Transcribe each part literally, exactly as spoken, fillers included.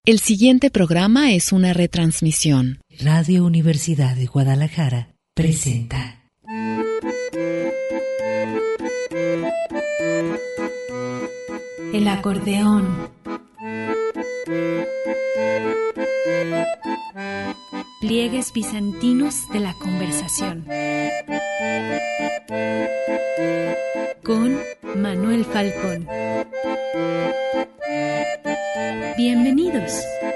El siguiente programa es una retransmisión. Radio Universidad de Guadalajara presenta. El acordeón. Pliegues bizantinos de la conversación. Con Manuel Falcón. Bienvenidos.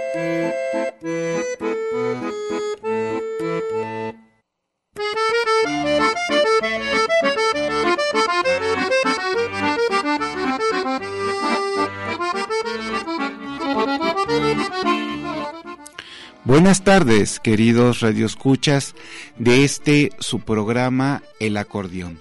Buenas tardes, queridos radioescuchas de este su programa El Acordeón.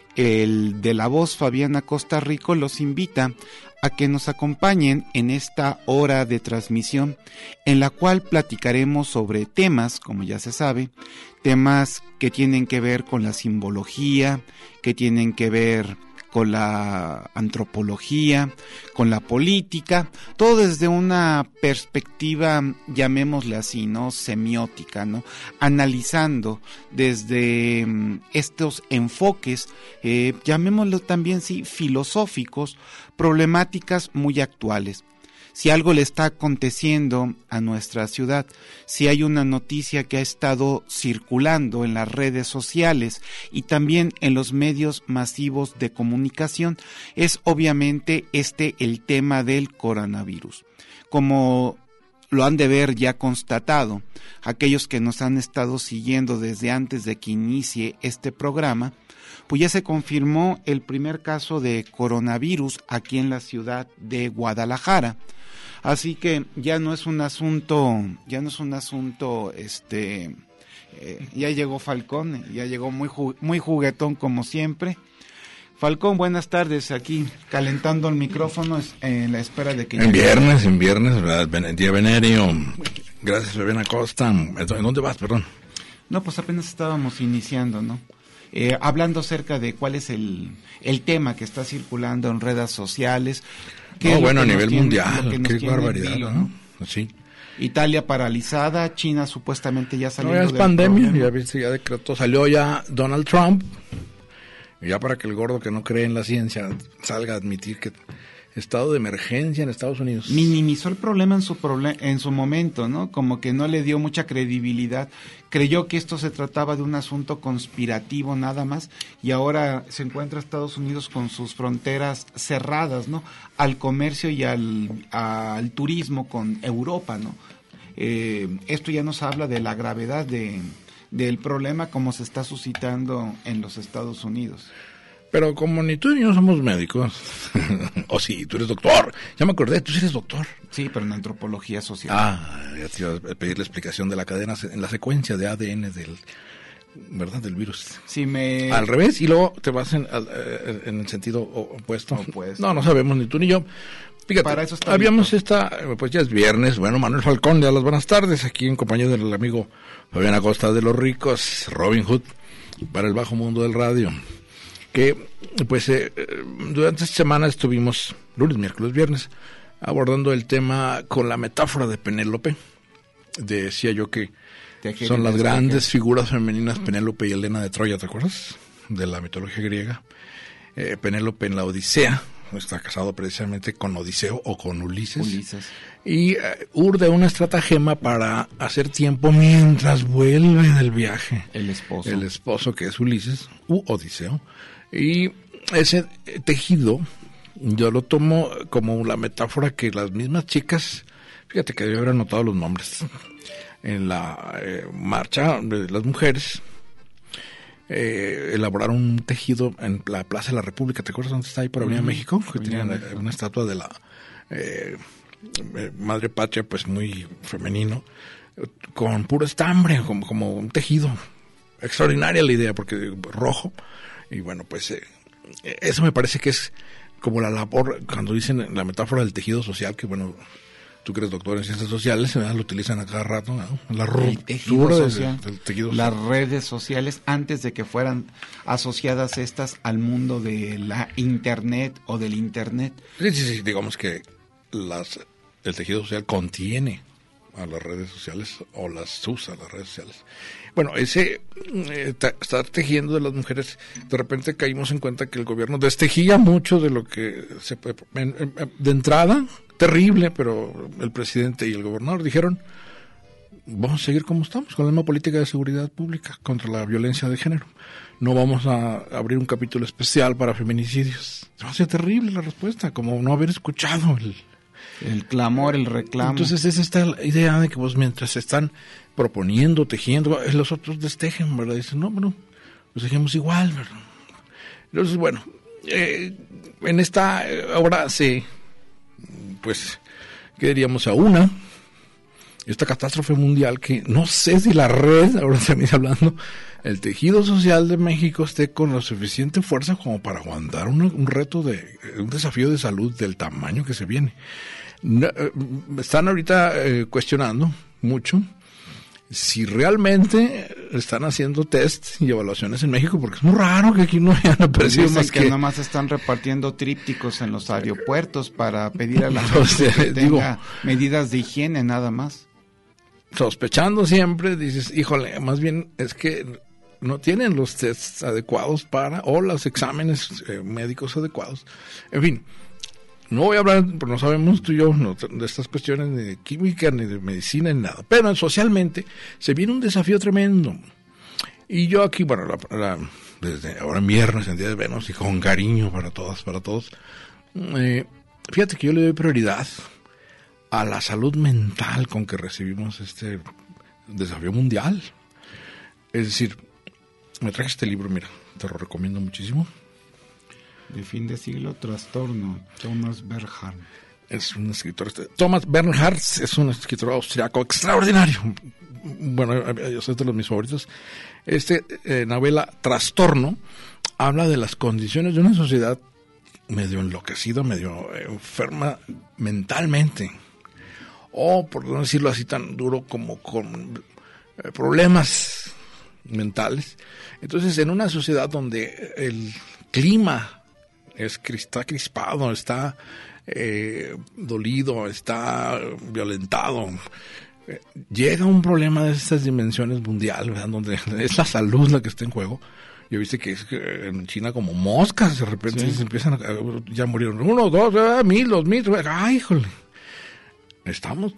El de la voz Fabiana Costa Rico los invita a que nos acompañen en esta hora de transmisión en la cual platicaremos sobre temas, como ya se sabe, temas que tienen que ver con la simbología, que tienen que ver con la antropología, con la política, todo desde una perspectiva, llamémosle así, ¿no? Semiótica, ¿no? Analizando desde um, estos enfoques, eh, llamémoslo también, sí, filosóficos, problemáticas muy actuales. Si algo le está aconteciendo a nuestra ciudad, si hay una noticia que ha estado circulando en las redes sociales y también en los medios masivos de comunicación, es obviamente este el tema del coronavirus. Como lo han de ver ya constatado aquellos que nos han estado siguiendo desde antes de que inicie este programa, pues ya se confirmó el primer caso de coronavirus aquí en la ciudad de Guadalajara. Así que ya no es un asunto, ya no es un asunto, este, eh, ya llegó Falcón, ya llegó muy ju- muy juguetón como siempre. Falcón, buenas tardes, aquí calentando el micrófono en la espera de que... En viernes, en viernes, ¿verdad? Día venerio. Gracias, Fabiana Costa. ¿En dónde vas, perdón? No, pues apenas estábamos iniciando, ¿no? Eh, hablando acerca de cuál es el, el tema que está circulando en redes sociales. No, bueno, a nivel tiene, mundial, qué barbaridad, vilo, ¿no? Sí. Italia paralizada, China supuestamente ya salió. No, ya es pandemia, problema. Ya viste, ya decretó, salió ya Donald Trump, y ya para que el gordo que no cree en la ciencia salga a admitir que estado de emergencia en Estados Unidos. Minimizó el problema en su proble- en su momento, ¿no? Como que no le dio mucha credibilidad. Creyó que esto se trataba de un asunto conspirativo nada más y ahora se encuentra Estados Unidos con sus fronteras cerradas, ¿no? Al comercio y al, al turismo con Europa, ¿no? Eh, esto ya nos habla de la gravedad de, del problema como se está suscitando en los Estados Unidos. Pero como ni tú ni yo somos médicos, o sí, tú eres doctor, ya me acordé, tú sí eres doctor. Sí, pero en antropología social. Ah, ya te iba a pedir la explicación de la cadena, en la secuencia de A D N del, ¿verdad? Del virus. Sí, me... Al revés, y luego te vas en, en el sentido opuesto. opuesto. No, no sabemos ni tú ni yo. Fíjate, para eso está habíamos esta, pues ya es viernes, bueno, Manuel Falcón, ya las buenas tardes, aquí en compañía del amigo Fabián Acosta de los Ricos, Robin Hood, para el bajo mundo del radio. Que pues eh, durante esta semana estuvimos, lunes, miércoles, viernes, abordando el tema con la metáfora de Penélope. Decía yo que son las grandes que... figuras femeninas, Penélope y Helena de Troya, ¿te acuerdas? De la mitología griega. Eh, Penélope en la Odisea, está casado precisamente con Odiseo o con Ulises. Ulises. Y uh, urde una estratagema para hacer tiempo mientras vuelve del viaje. El esposo. El esposo que es Ulises, u Odiseo. Y ese tejido yo lo tomo como la metáfora que las mismas chicas, fíjate que yo haber anotado los nombres, en la eh, marcha de las mujeres, eh, elaboraron un tejido en la Plaza de la República, ¿te acuerdas dónde está ahí por Avenida uh-huh. México? Que tenían uh-huh. una estatua de la eh, Madre Patria, pues muy femenino, con puro estambre, como, como un tejido. Extraordinaria la idea, porque rojo. Y bueno, pues eh, eso me parece que es como la labor, cuando dicen la metáfora del tejido social, que bueno, tú que eres doctor en ciencias sociales, ¿verdad? Lo utilizan a cada rato, ¿no? La ruptura social, del tejido social. Las redes sociales, antes de que fueran asociadas estas al mundo de la internet o del internet. Sí, sí, sí, digamos que las el tejido social contiene a las redes sociales o las usa las redes sociales. Bueno, ese eh, estar tejiendo de las mujeres, de repente caímos en cuenta que el gobierno destejía mucho de lo que se de entrada, terrible, pero el presidente y el gobernador dijeron, vamos a seguir como estamos, con la misma política de seguridad pública contra la violencia de género. No vamos a abrir un capítulo especial para feminicidios. Va a ser terrible la respuesta, como no haber escuchado el el clamor, el reclamo. Entonces es esta idea de que pues mientras se están proponiendo, tejiendo, los otros destejen, ¿verdad? Dicen, no, bueno, pues dejemos igual, ¿verdad? Entonces, bueno, eh, en esta ahora se, pues, ¿qué diríamos? A una, esta catástrofe mundial que no sé si la red, ahora también hablando, el tejido social de México esté con la suficiente fuerza como para aguantar un, un reto de, un desafío de salud del tamaño que se viene. No, eh, están ahorita eh, cuestionando mucho si realmente están haciendo test y evaluaciones en México, porque es muy raro que aquí no hayan aparecido pues más que... que... nomás están repartiendo trípticos en los aeropuertos para pedir a la o sea, gente que digo, tenga medidas de higiene nada más. Sospechando siempre, dices, híjole, más bien es que no tienen los tests adecuados para, o los exámenes eh, médicos adecuados. En fin, no voy a hablar, porque no sabemos tú y yo no, de estas cuestiones ni de química, ni de medicina, ni nada. Pero socialmente se viene un desafío tremendo. Y yo aquí, bueno, la, la, desde ahora viernes, en Día de Venus, y con cariño para todas, para todos, eh, fíjate que yo le doy prioridad a la salud mental con que recibimos este desafío mundial. Es decir, me traje este libro, mira, te lo recomiendo muchísimo. De fin de siglo, Trastorno, Thomas Bernhard. Es un escritor, Thomas Bernhard es un escritor austriaco extraordinario. Bueno, es de los mis favoritos. Este eh, novela Trastorno habla de las condiciones de una sociedad medio enloquecida, medio enferma mentalmente, o por no decirlo así tan duro, como con eh, problemas mentales. Entonces, en una sociedad donde el clima es, está crispado, está eh, dolido, está violentado, eh, llega un problema de estas dimensiones mundiales, ¿verdad? Donde es la salud la que está en juego. Yo viste que es que en China como moscas, de repente sí. se empiezan a, ya murieron uno, dos, ah, mil, dos mil, ay, híjole. Estamos,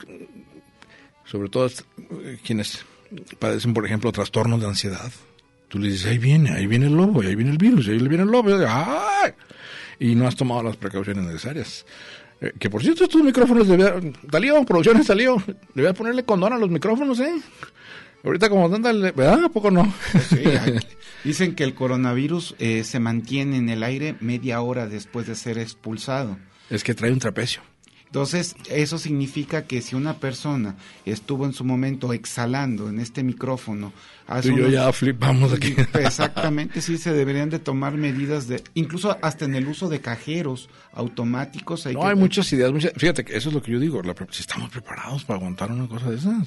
sobre todo quienes padecen, por ejemplo, trastornos de ansiedad. Tú le dices, ahí viene, ahí viene el lobo, y ahí viene el virus, y ahí viene el lobo, ¡ay! Y no has tomado las precauciones necesarias. Eh, que por cierto, estos micrófonos, de Dalío, producciones Dalío, le voy a ponerle condón a los micrófonos, ¿eh? Ahorita como tanta, ¿verdad? ¿A poco no? Sí, dicen que el coronavirus eh, se mantiene en el aire media hora después de ser expulsado. Es que trae un trapecio. Entonces, eso significa que si una persona estuvo en su momento exhalando en este micrófono... Tú y yo unos, ya flipamos aquí. Exactamente, sí, se deberían de tomar medidas de... Incluso hasta en el uso de cajeros automáticos. Hay no, que, hay muchas ideas. Muchas, fíjate que eso es lo que yo digo. La, si estamos preparados para aguantar una cosa de esas.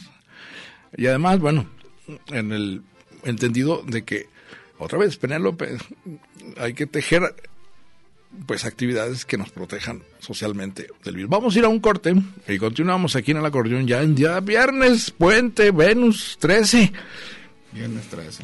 Y además, bueno, en el entendido de que, otra vez, Penélope, hay que tejer... pues actividades que nos protejan socialmente del virus. Vamos a ir a un corte y continuamos aquí en el acordeón ya en día viernes, puente, Venus trece. Viernes trece.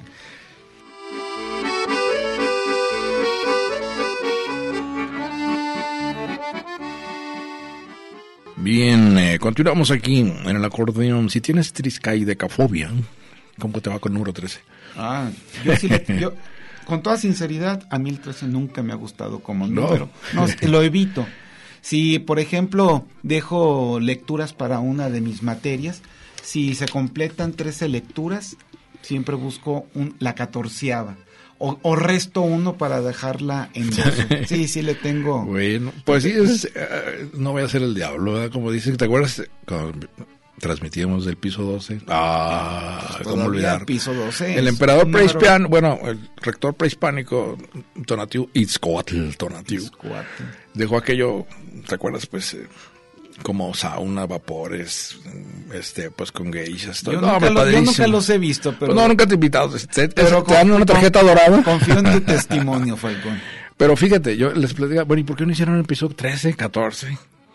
Bien, eh, continuamos aquí en el acordeón. Si tienes triscaidecafobia, ¿cómo te va con número trece? Ah, yo sí le... Yo... Con toda sinceridad, a mí el trece nunca me ha gustado como no. número. No, lo evito. Si, por ejemplo, dejo lecturas para una de mis materias, si se completan trece lecturas, siempre busco un, la catorceava. O, o resto uno para dejarla en doce. Sí, sí le tengo. Bueno, pues sí, es, uh, no voy a ser el diablo, ¿verdad? Como dicen, ¿te acuerdas? Cuando transmitíamos del piso doce. Ah, pues cómo olvidar. Piso doce. El emperador prehispánico, bueno, el rector prehispánico Tonatiuh Itzcoatl Tonatiuh dejó aquello, ¿te acuerdas? Pues eh, como sauna, vapores, este, pues con geishas. Yo, no, nunca lo, yo nunca los he visto, pero... Pues no, nunca te he invitado. Te, pero te dan una tarjeta dorada. Confío en tu testimonio, Falcón. Pero fíjate, yo les platico, bueno, ¿y por qué no hicieron el episodio trece, catorce?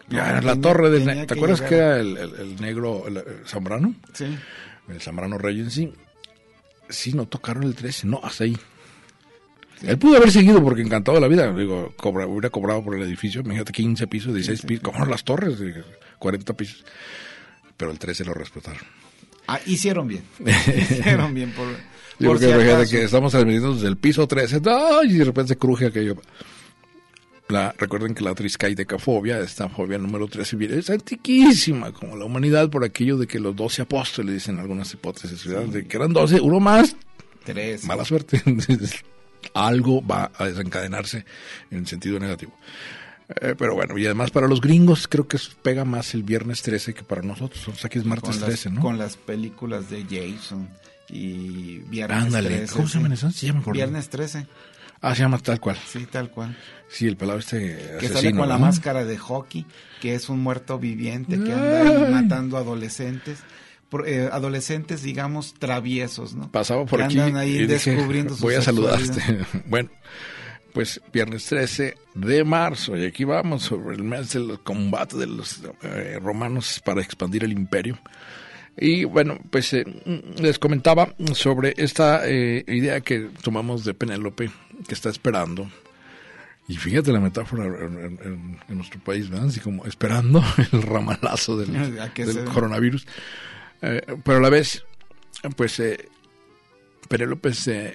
Ya No, era la tenía- torre del... tenía ne- ¿Te que acuerdas llegar. que era el, el, el negro, el, el Zambrano? Sí. El Zambrano Regency. Sí, no tocaron el trece, no, hasta ahí. Él pudo haber seguido porque encantado de la vida. Digo, cobra, hubiera cobrado por el edificio, imagínate, quince pisos, dieciséis pisos, como las torres, de cuarenta pisos. Pero el trece lo respetaron. Ah, hicieron bien. Hicieron bien por, Digo por que si imagínate acaso. que estamos transmitiendo desde el piso trece, ¡ay! Y de repente se cruje aquello. La, recuerden que la triscaidecafobia, esta fobia número trece, viene- es antiquísima, como la humanidad, por aquello de que los doce apóstoles, dicen algunas hipótesis, ¿verdad? De que eran doce, uno más, Tres. mala suerte. Algo va a desencadenarse en sentido negativo. Eh, pero bueno, y además para los gringos creo que pega más el viernes trece que para nosotros. O sea, que es martes con las, trece, ¿no? Con las películas de Jason y Viernes Ándale, trece. ¿cómo se llaman sí. esas? Sí, ya me acuerdo. Viernes trece, Ah, se llama tal cual. sí, tal cual. Sí, el pelado este Que asesino, sale con la ¿no? máscara de hockey, que es un muerto viviente que anda ahí Ay. matando adolescentes. Por- eh, adolescentes, digamos, traviesos, ¿no? Pasaba por que aquí andan ahí y dije, descubriendo su voy a sexualidad. saludarte. Bueno, pues viernes trece de marzo, y aquí vamos sobre el mes del combate de los eh, romanos para expandir el imperio. Y bueno, pues eh, les comentaba sobre esta eh, idea que tomamos de Penélope, que está esperando. Y fíjate la metáfora en, en- en nuestro país, ¿verdad? Así como esperando el ramalazo del, ¿A qué del se- coronavirus. Eh, pero a la vez, pues, eh, Penélope se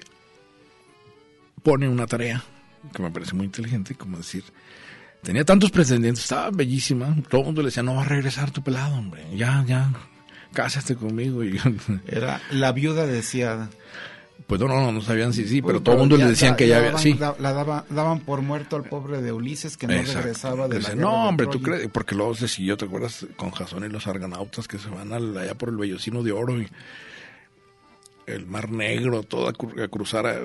pone una tarea que me parece muy inteligente, como decir, tenía tantos pretendientes, estaba bellísima, todo el mundo le decía, no va a regresar tu pelado, hombre, ya, ya, cásate conmigo. Y Era la viuda deseada. pues no, no, no sabían si sí, pero Uy, todo el mundo le ya decían da- que ya había, daban, sí. da- la daba- daban por muerto al pobre de Ulises, que no Exacto. regresaba de la Dice, guerra no, de hombre, tú Troya. crees, porque luego se siguió, ¿te acuerdas? Con Jasón y los argonautas que se van al- allá por el Vellocino de Oro y el Mar Negro, todo a, cru- a cruzar. A...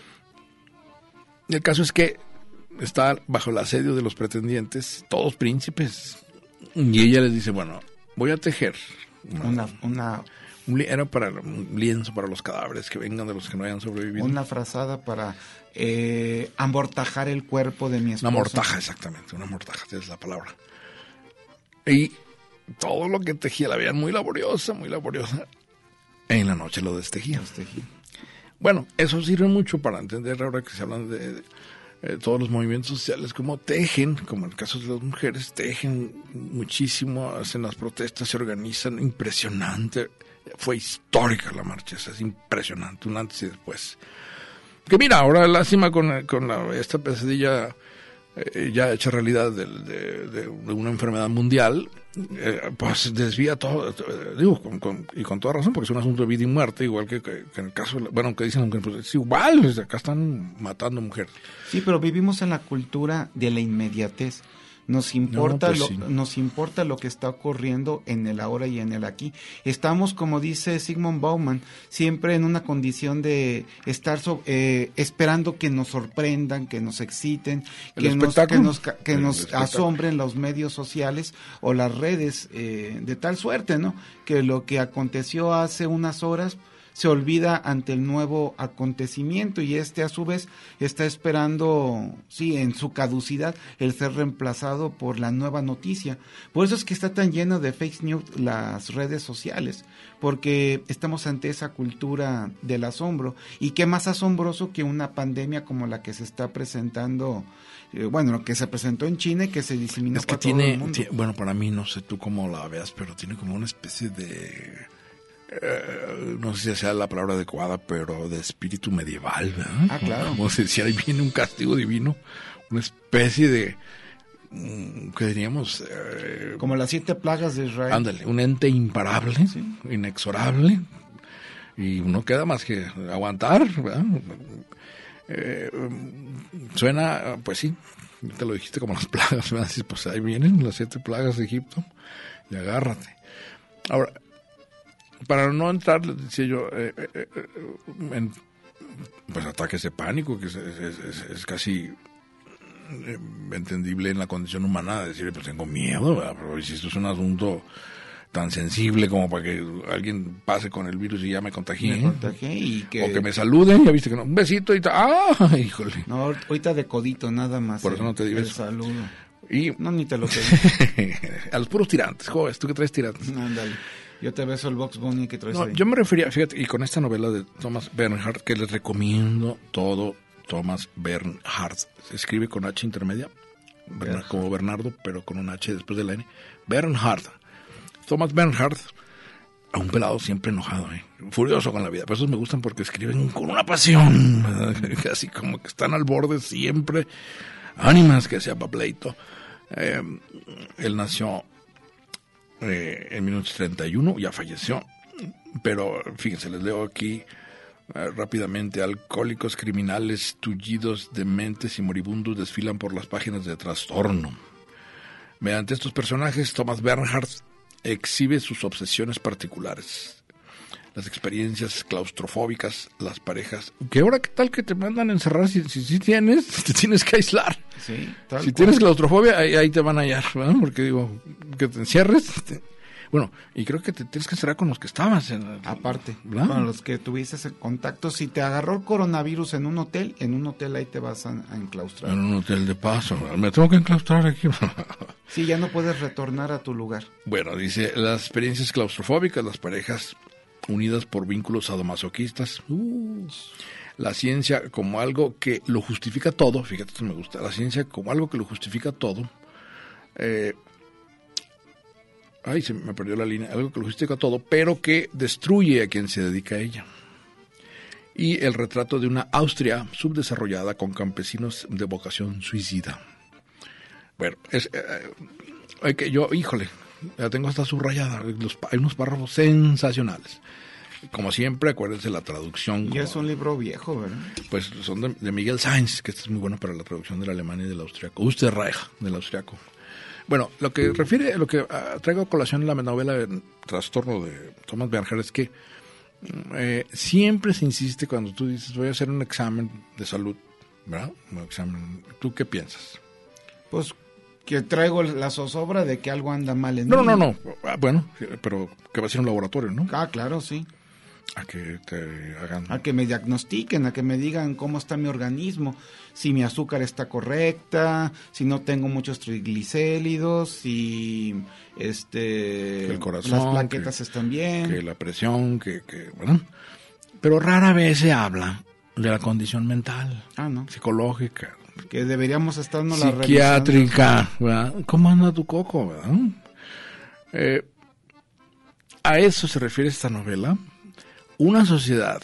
El caso es que está bajo el asedio de los pretendientes, todos príncipes, y ella les dice, bueno, voy a tejer una, Una, una, un, li- era para un lienzo para los cadáveres que vengan de los que no hayan sobrevivido. una frazada para eh, amortajar el cuerpo de mi esposo. Una mortaja, exactamente, una mortaja, esa es la palabra. Y todo lo que tejía la veían muy laboriosa, muy laboriosa. En la noche lo destejía. Los tejí. Bueno, eso sirve mucho para entender ahora que se hablan de, de, eh, todos los movimientos sociales, como tejen, como en el caso de las mujeres, tejen muchísimo, hacen las protestas, se organizan, impresionante. Fue histórica la marcha, esa, es impresionante, un antes y después. Que mira, ahora lástima con, con la, esta pesadilla eh, ya hecha realidad de, de, de, de una enfermedad mundial, eh, pues desvía todo, eh, digo, con, con, y con toda razón, porque es un asunto de vida y muerte, igual que, que, que en el caso, de la- bueno, que dicen, pues, es igual, pues, acá están matando mujeres. Sí, pero vivimos en la cultura de la inmediatez. Nos importa, No, pues lo, sí. nos importa lo que está ocurriendo en el ahora y en el aquí. Estamos, como dice Sigmund Bauman, siempre en una condición de estar so- eh, esperando que nos sorprendan, que nos exciten, El que nos, que espectáculo. nos, ca- que El nos espectáculo. asombren los medios sociales o las redes, eh, de tal suerte, ¿no? Que lo que aconteció hace unas horas se olvida ante el nuevo acontecimiento y este a su vez está esperando, sí, en su caducidad, el ser reemplazado por la nueva noticia. Por eso es que está tan lleno de fake news las redes sociales, porque estamos ante esa cultura del asombro. Y qué más asombroso que una pandemia como la que se está presentando, eh, bueno, lo que se presentó en China y que se diseminó Es que por todo tiene, el mundo. ti- bueno, para mí, no sé tú cómo la veas, pero tiene como una especie de, eh, no sé si sea la palabra adecuada, pero de espíritu medieval, ¿verdad? Ah, claro. Como si si ahí viene un castigo divino, una especie de, mm, ¿qué diríamos? Eh, Como las siete plagas de Israel. ándale, un ente imparable, inexorable, y no queda más que aguantar, ¿verdad? Eh, suena, pues sí, te lo dijiste como las plagas, ¿verdad? Dices, pues ahí vienen las siete plagas de Egipto y agárrate. Ahora, para no entrar, les decía yo, eh, eh, eh, en pues ataques de pánico, que es, es, es, es casi eh, entendible en la condición humana, decir, pues tengo miedo, ¿verdad? Pero si esto es un asunto tan sensible como para que alguien pase con el virus y ya me contagié, Me contagié y que... o que me saluden, ya viste que no, un besito y tal, ¡ah! Híjole. No, ahorita de codito nada más. Por eso el- no te digo el eso. saludo. Y No, ni te lo pedí. a los puros tirantes, joven, tú que traes tirantes. Ándale. Yo te beso el Box Bunny que traes No, ahí. yo me refería, fíjate, y con esta novela de Thomas Bernhard, que les recomiendo todo, Thomas Bernhard, se escribe con H intermedia, Bernard, como Bernardo, pero con un H después de la N. Bernhard. Thomas Bernhard, a un pelado siempre enojado, ¿eh? Furioso con la vida. Pero esos me gustan porque escriben con una pasión, ¿verdad? Así como que están al borde siempre. Ánimas que sea papleito. Eh, él nació eh, en mil novecientos treinta y uno, ya falleció. Pero fíjense, les leo aquí eh, rápidamente. Alcohólicos, criminales, tullidos, dementes y moribundos desfilan por las páginas de Trastorno. Mediante estos personajes, Thomas Bernhard exhibe sus obsesiones particulares, las experiencias claustrofóbicas, las parejas. ¿Qué ahora qué tal que te mandan a encerrar si, si, si tienes? Te tienes que aislar. Sí, tal Si cual. tienes claustrofobia, ahí, ahí te van a hallar, ¿verdad? Porque digo, que te encierres. Te... Bueno, y creo que te tienes que encerrar con los que estabas. En, Aparte, ¿verdad? con los que tuviste ese contacto, si te agarró el coronavirus en un hotel, en un hotel ahí te vas a, a enclaustrar. En un hotel de paso. Me tengo que enclaustrar aquí. Sí, ya no puedes retornar a tu lugar. Bueno, dice, las experiencias claustrofóbicas, las parejas unidas por vínculos sadomasoquistas, uh, la ciencia como algo que lo justifica todo, fíjate, esto me gusta, la ciencia como algo que lo justifica todo, eh, ay, se me perdió la línea, algo que lo justifica todo, pero que destruye a quien se dedica a ella. Y el retrato de una Austria subdesarrollada con campesinos de vocación suicida. Bueno, es, eh, hay que yo, híjole, la tengo hasta subrayada. Los, hay unos párrafos sensacionales. Como siempre, acuérdense la traducción. Y como, es un libro viejo, ¿verdad? Pues son de, de Miguel Sainz, que este es muy bueno para la traducción del alemán y del austriaco. Österreich, del austriaco. Bueno, lo que refiere, lo que uh, traigo a colación en la novela de Trastorno de Thomas Bernhard es que eh, siempre se insiste cuando tú dices voy a hacer un examen de salud, ¿verdad? Un examen. ¿Tú qué piensas? Pues que traigo la zozobra de que algo anda mal en No, mí. no, no, ah, bueno, pero que va a ser un laboratorio, ¿no? Ah, claro, sí. A que te hagan... A que me diagnostiquen, a que me digan cómo está mi organismo, si mi azúcar está correcta, si no tengo muchos triglicéridos, si este el corazón, las plaquetas que, están bien. Que la presión, que, que, bueno. Pero rara vez se habla de la condición mental, Ah, no. psicológica, Que deberíamos estarnos la psiquiátrica, ¿verdad? ¿Cómo anda tu coco, verdad? Eh, a eso se refiere esta novela. Una sociedad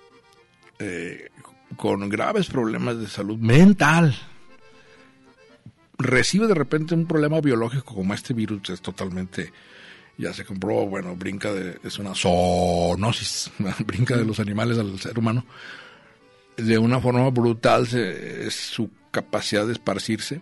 eh, con graves problemas de salud mental recibe de repente un problema biológico como este virus, es totalmente, ya se comprobó, bueno, brinca de, es una zoonosis, brinca de los animales al ser humano, de una forma brutal, se, es su capacidad de esparcirse.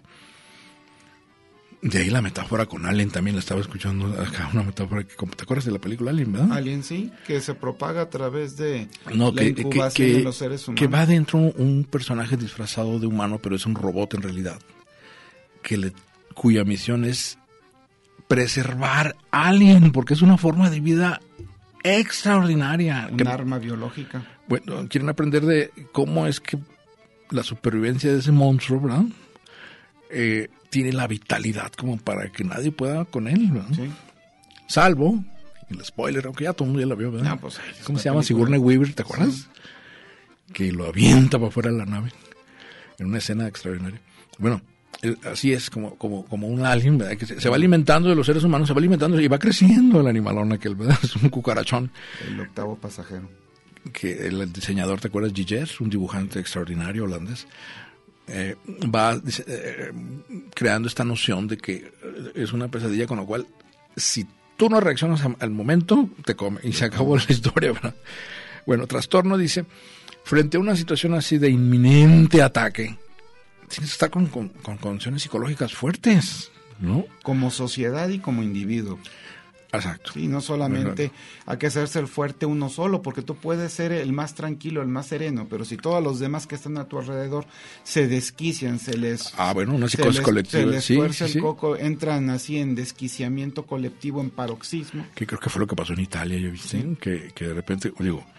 De ahí la metáfora con Alien, también la estaba escuchando acá, una metáfora que, ¿te acuerdas de la película Alien, verdad? Alien, sí, que se propaga a través de no, la que, incubación que, que, de los seres humanos. Que va dentro un, un personaje disfrazado de humano, pero es un robot en realidad, que le, cuya misión es preservar Alien, porque es una forma de vida extraordinaria. Un que, arma biológica. Bueno, quieren aprender de cómo es que la supervivencia de ese monstruo, ¿verdad? Eh, tiene la vitalidad como para que nadie pueda con él, ¿verdad? Sí. Salvo, el spoiler, aunque ya todo el mundo ya la vio, ¿verdad? No, pues, ¿cómo se llama? Sigourney Weaver, ¿te acuerdas? Sí. Que lo avienta para afuera de la nave en una escena extraordinaria. Bueno, así es como, como, como un alien, ¿verdad? Que se, se va alimentando de los seres humanos, se va alimentando y va creciendo el animalón aquel, ¿verdad? Es un cucarachón. El octavo pasajero. Que el diseñador, ¿te acuerdas? Gilles, un dibujante extraordinario holandés, eh, va eh, creando esta noción de que es una pesadilla, con lo cual, si tú no reaccionas al momento, te come y se acabó la historia, ¿verdad? Bueno, Trastorno dice, frente a una situación así de inminente ataque, tienes que estar con, con, con condiciones psicológicas fuertes, ¿no? Como sociedad y como individuo. Exacto. Sí, no solamente hay que hacerse el fuerte uno solo, porque tú puedes ser el más tranquilo, el más sereno, pero si todos los demás que están a tu alrededor se desquician, se les... Ah, bueno, una psicosis colectiva. Se les sí, fuerza sí, el sí. coco, entran así en desquiciamiento colectivo, en paroxismo. Que creo que fue lo que pasó en Italia, ¿ya viste? Sí. Que, que de repente, digo,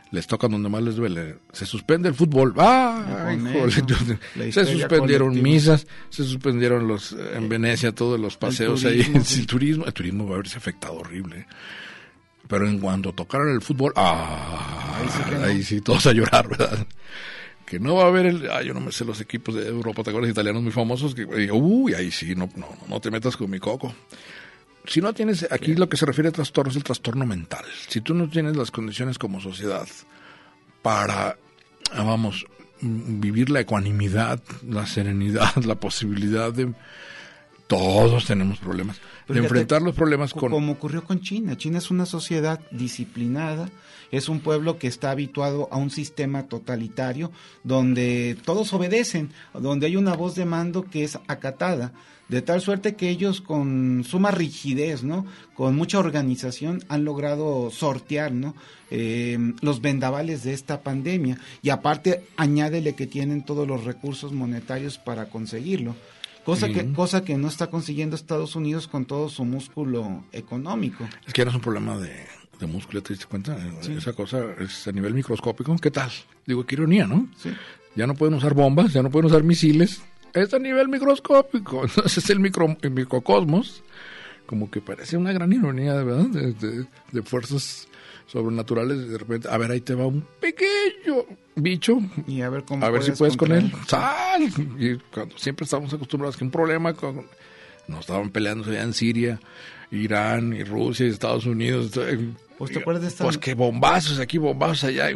les toca donde más les duele. Se suspende el fútbol. ¡Ah! Híjole, se suspendieron colectiva. Misas, se suspendieron los en Venecia todos los paseos el turismo, ahí. Sí. El turismo, el turismo va a haberse afectado horrible. Pero en cuanto tocaron el fútbol, ¡ah! Ahí sí, no. Ahí sí todos a llorar, ¿verdad? Que no va a haber el... Ah, yo no me sé los equipos de Europa, ¿te acuerdas? Italianos muy famosos. Que, uy, ahí sí, no, no, no te metas con mi coco. Si no tienes, aquí lo que se refiere a trastorno es el trastorno mental. Si tú no tienes las condiciones como sociedad para, vamos, vivir la ecuanimidad, la serenidad, la posibilidad de... Todos tenemos problemas. De fíjate, enfrentar los problemas con... Como ocurrió con China. China es una sociedad disciplinada, es un pueblo que está habituado a un sistema totalitario donde todos obedecen, donde hay una voz de mando que es acatada, de tal suerte que ellos con suma rigidez, ¿no? Con mucha organización han logrado sortear, ¿no? Eh, los vendavales de esta pandemia, y aparte añádele que tienen todos los recursos monetarios para conseguirlo. Cosa sí. que cosa que no está consiguiendo Estados Unidos con todo su músculo económico. Es que ya no es un problema de, de músculo, ¿te diste cuenta? Sí. Esa cosa es a nivel microscópico. ¿Qué tal? Digo, qué ironía, ¿no? Sí. Ya no pueden usar bombas, ya no pueden usar misiles. Es a nivel microscópico. Entonces el, micro, el microcosmos, como que parece una gran ironía, ¿verdad? De, de, de fuerzas sobrenaturales. De repente, a ver, ahí te va un pequeño bicho, y a ver cómo a ver si puedes con él. ¡Sal! Y cuando siempre estamos acostumbrados que un problema con, nos estaban peleando allá en Siria, Irán y Rusia y Estados Unidos. Pues te acuerdas de esta... Pues que bombazos aquí, bombazos allá.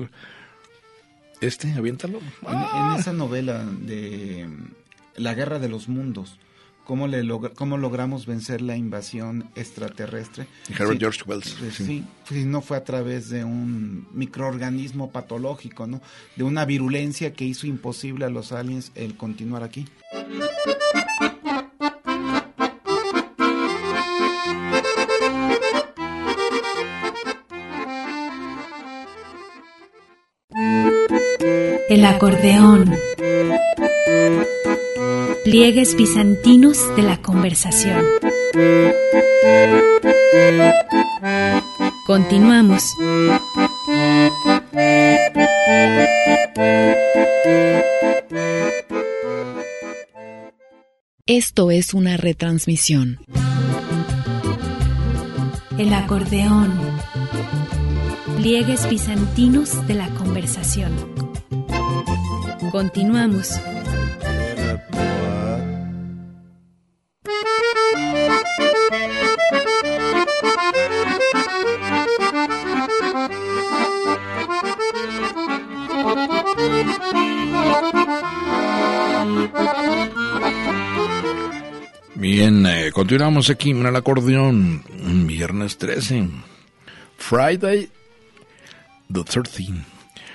Este, aviéntalo. En, en esa novela de La Guerra de los Mundos, ¿Cómo, le logra, ¿Cómo logramos vencer la invasión extraterrestre? Herbert sí, George Wells. Pues, sí, sí, pues, no fue a través de un microorganismo patológico, ¿no? De una virulencia que hizo imposible a los aliens el continuar aquí. El acordeón. Pliegues bizantinos de la conversación. Continuamos. Esto es una retransmisión. El acordeón. Pliegues bizantinos de la conversación. Continuamos. Bien, eh, continuamos aquí en el acordeón, viernes trece, Friday the thirteenth,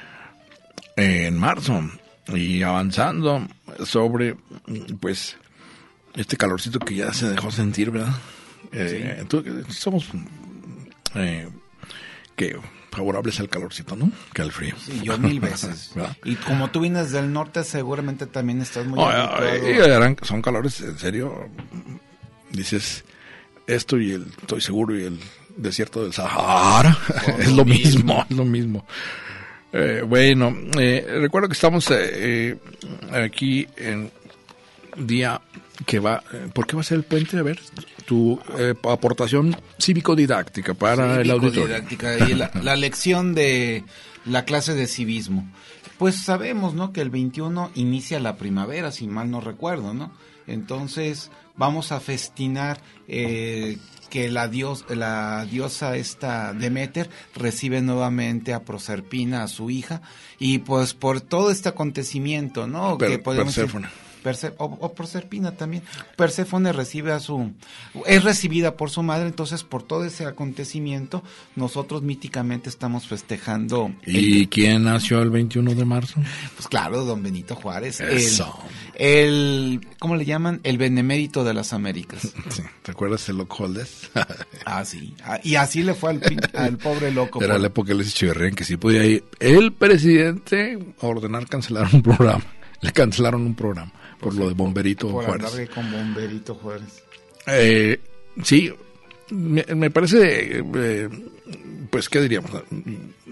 eh, en marzo, y avanzando sobre, pues, este calorcito que ya se dejó sentir, ¿verdad? Eh, sí. Tú, somos, eh, que favorables al calorcito, ¿no? Que al frío. Sí, yo mil veces. ¿verdad? Y como tú vienes del norte, seguramente también estás muy... Oh, eh, son calores, en serio, dices, esto y el, estoy seguro, y el desierto del Sahara, oh, es lo mismo, mismo, es lo mismo. Eh, bueno, eh, recuerdo que estamos eh, aquí en día que va, ¿por qué va a ser el puente? A ver, tu eh, aportación cívico-didáctica para el auditorio. Cívico-didáctica y la, la lección de la clase de civismo. Pues sabemos, ¿no?, que el veintiuno inicia la primavera, si mal no recuerdo, ¿no? Entonces vamos a festinar eh, que la, dios, la diosa esta Deméter recibe nuevamente a Proserpina, a su hija, y pues por todo este acontecimiento, ¿no? Per, que podemos Perséfone. Perse- o, o Proserpina también. Perséfone recibe a su, es recibida por su madre, entonces por todo ese acontecimiento nosotros míticamente estamos festejando. ¿Y el, quién nació el veintiuno de marzo? Pues claro, don Benito Juárez. Eso. El, el, ¿cómo le llaman? El benemérito de las Américas. Sí. ¿Te acuerdas el Loco Holdés? Ah, sí. Ah, y así le fue al, al pobre loco. Era por... la época de Luis Echeverría en que sí podía ir el presidente a ordenar cancelar un programa. Le cancelaron un programa por, por lo de Bomberito por Juárez. Por con Bomberito Juárez. Eh, sí, me, me parece, eh, pues, ¿qué diríamos?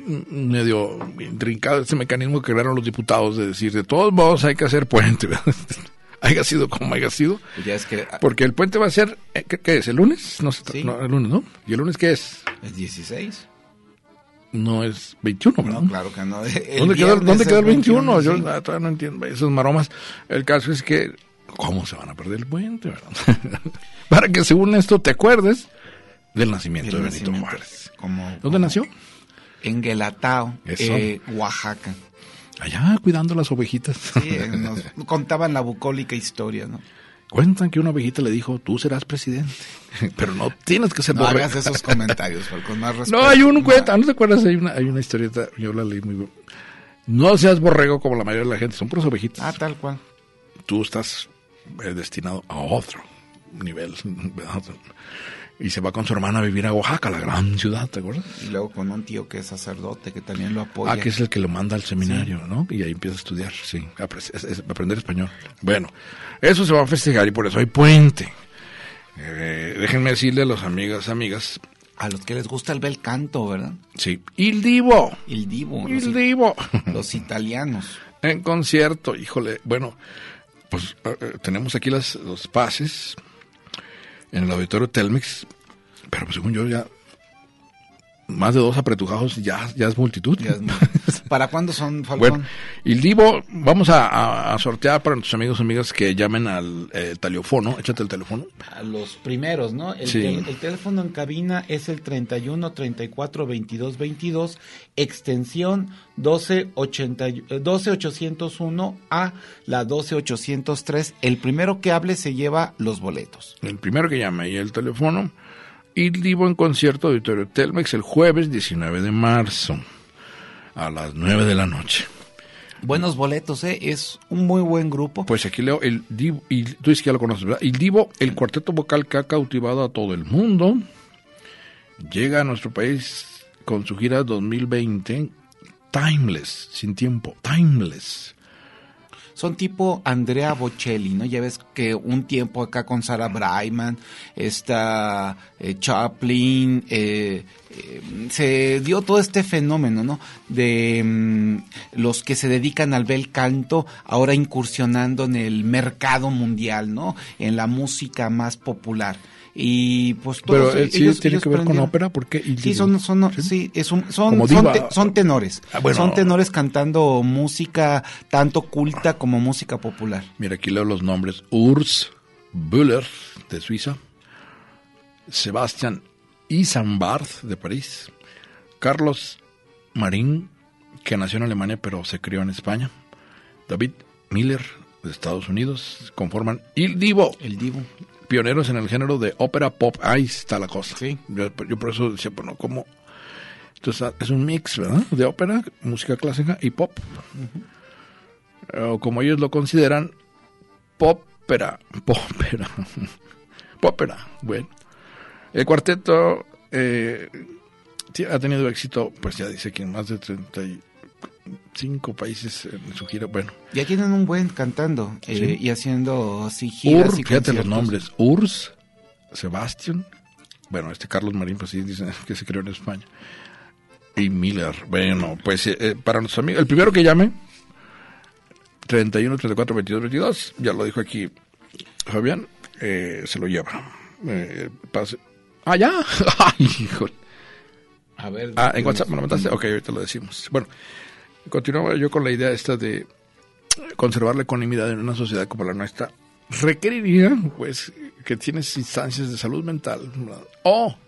medio intrincado ese mecanismo que crearon los diputados de decir, de todos modos hay que hacer puente, haya sido como haya sido, ya es que, porque el puente va a ser, ¿qué, qué es? ¿El lunes? No, sí. no, el lunes, ¿no? ¿Y el lunes qué es? Es dieciséis. No es veintiuno, ¿verdad? No, claro que no. El ¿Dónde quedó, ¿dónde quedó el veintiuno? Yo sí. ah, todavía no entiendo esas maromas. El caso es que, ¿cómo se van a perder el puente, verdad? Para que según esto te acuerdes del nacimiento el de Benito nacimiento, Juárez. Como, ¿Dónde como nació? En Guelatao, eh, Oaxaca. Allá, cuidando las ovejitas. Sí, nos contaban la bucólica historia, ¿no? Cuentan que una ovejita le dijo, tú serás presidente, pero no tienes que ser No borrego. hagas esos comentarios, con más respeto. No, hay un cuenta, ¿no te acuerdas? Hay una, hay una historieta, yo la leí muy bien. No seas borrego como la mayoría de la gente, son puras ovejitas. Ah, tal cual. Tú estás eh, destinado a otro nivel, ¿verdad? Y se va con su hermana a vivir a Oaxaca, la gran ciudad, ¿te acuerdas? Y luego con un tío que es sacerdote, que también lo apoya. Ah, que es el que lo manda al seminario, sí. ¿no? Y ahí empieza a estudiar, sí, a es, es, aprender español. Bueno, eso se va a festejar y por eso hay puente. Eh, déjenme decirle a los amigos, amigas. A los que les gusta el bel canto, ¿verdad? Sí, Il Divo. Il Divo. Il los, Divo. Los italianos. En concierto, híjole, bueno, pues uh, tenemos aquí las, los pases en el auditorio Telmex, pero pues según yo ya más de dos apretujados ya, ya es multitud. Ya es muy... ¿Para cuándo son, Falcón? Bueno, Il Divo, vamos a, a, a sortear para nuestros amigos y amigas que llamen al eh, teléfono, échate el teléfono. A los primeros, ¿no? El, sí. tel, el teléfono en cabina es el treinta y uno, treinta y cuatro, veintidós, veintidós, extensión doce ochocientos uno a la doce ochocientos tres. El primero que hable se lleva los boletos. El primero que llame y el teléfono. Il Divo en concierto Auditorio Telmex el jueves diecinueve de marzo a las nueve de la noche. Buenos boletos, ¿eh? Es un muy buen grupo. Pues aquí leo, el Divo, y tú dices que ya lo conoces, ¿verdad? Il Divo, el cuarteto vocal que ha cautivado a todo el mundo, llega a nuestro país con su gira dos mil veinte, Timeless, sin tiempo, Timeless. Son tipo Andrea Bocelli, ¿no? Ya ves que un tiempo acá con Sarah Brightman, está eh, Chaplin, eh, eh, se dio todo este fenómeno, ¿no? De mm, los que se dedican al bel canto, ahora incursionando en el mercado mundial, ¿no? En la música más popular. Y pues todos pero eh, sí ellos, tiene ellos que ver prendieron. con ópera porque sí son son sí, sí es un, son Como son, diva. te, son tenores ah, bueno. son tenores cantando música tanto culta como música popular. Mira, aquí leo los nombres: Urs Bühler de Suiza, Sebastian Isambard de París, Carlos Marín, que nació en Alemania pero se crió en España, David Miller de Estados Unidos, conforman Il Divo. El Divo. Pioneros en el género de ópera pop. Ahí está la cosa. Sí. Yo, yo por eso decía, bueno, ¿cómo? Entonces es un mix, ¿verdad? De ópera, música clásica y pop. Uh-huh. O como ellos lo consideran, popera. Popera. Popera. Bueno. El cuarteto eh, ha tenido éxito, pues ya dice que en más de treinta y cinco países en su gira. Bueno. Ya tienen un buen cantando ¿sí? eh, y haciendo así giras Ur, y fíjate conciertos. los nombres: Urs, Sebastián, bueno, este Carlos Marín, pues sí, dicen que se creó en España, y Miller. Bueno, pues eh, para nuestros amigos, el primero que llame, treinta y uno, treinta y cuatro, veintidós, veintidós, ya lo dijo aquí Fabián, eh, se lo lleva. Eh, pase. Ah, ya. Ay, híjole. A ver. Ah, en WhatsApp me lo mandaste. Ok, ahorita lo decimos. Bueno, continuaba yo con la idea esta de conservar la ecuanimidad en una sociedad como la nuestra. Requeriría, pues, que tienes instancias de salud mental, ¿verdad? O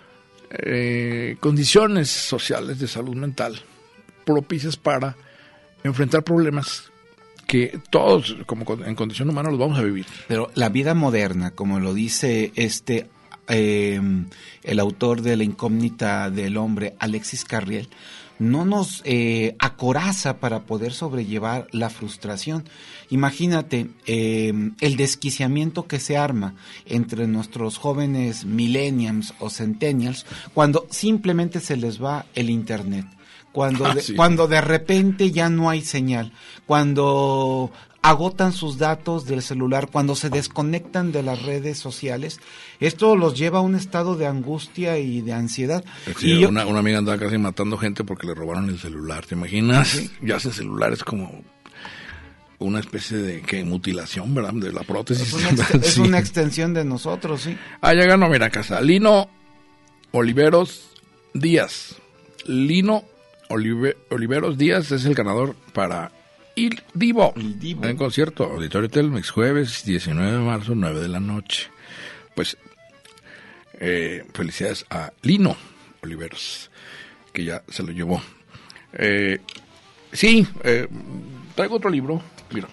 eh, condiciones sociales de salud mental propicias para enfrentar problemas que todos, como en condición humana, los vamos a vivir. Pero la vida moderna, como lo dice este eh, el autor de La incógnita del hombre, Alexis Carriel, no nos eh, acoraza para poder sobrellevar la frustración. Imagínate eh, el desquiciamiento que se arma entre nuestros jóvenes millennials o centennials cuando simplemente se les va el internet. Cuando, ah, de, sí. cuando de repente ya no hay señal, cuando agotan sus datos del celular, cuando se desconectan de las redes sociales, esto los lleva a un estado de angustia y de ansiedad. Sí, y yo, una, una amiga andaba casi matando gente porque le robaron el celular, ¿te imaginas? ¿Sí? Ya ese celular es como una especie de ¿qué? Mutilación, ¿verdad? De la prótesis. Es una, ex- es sí. una extensión de nosotros, sí. Ah, ya ganó, mira, casa. Lino Oliveros Díaz. Lino Olive, Oliveros Díaz es el ganador para Il Divo, Il Divo. En concierto, Auditorio Telmex, jueves diecinueve de marzo, nueve de la noche. Pues, eh, felicidades a Lino Oliveros, que ya se lo llevó. Eh, sí, eh, traigo otro libro, mira.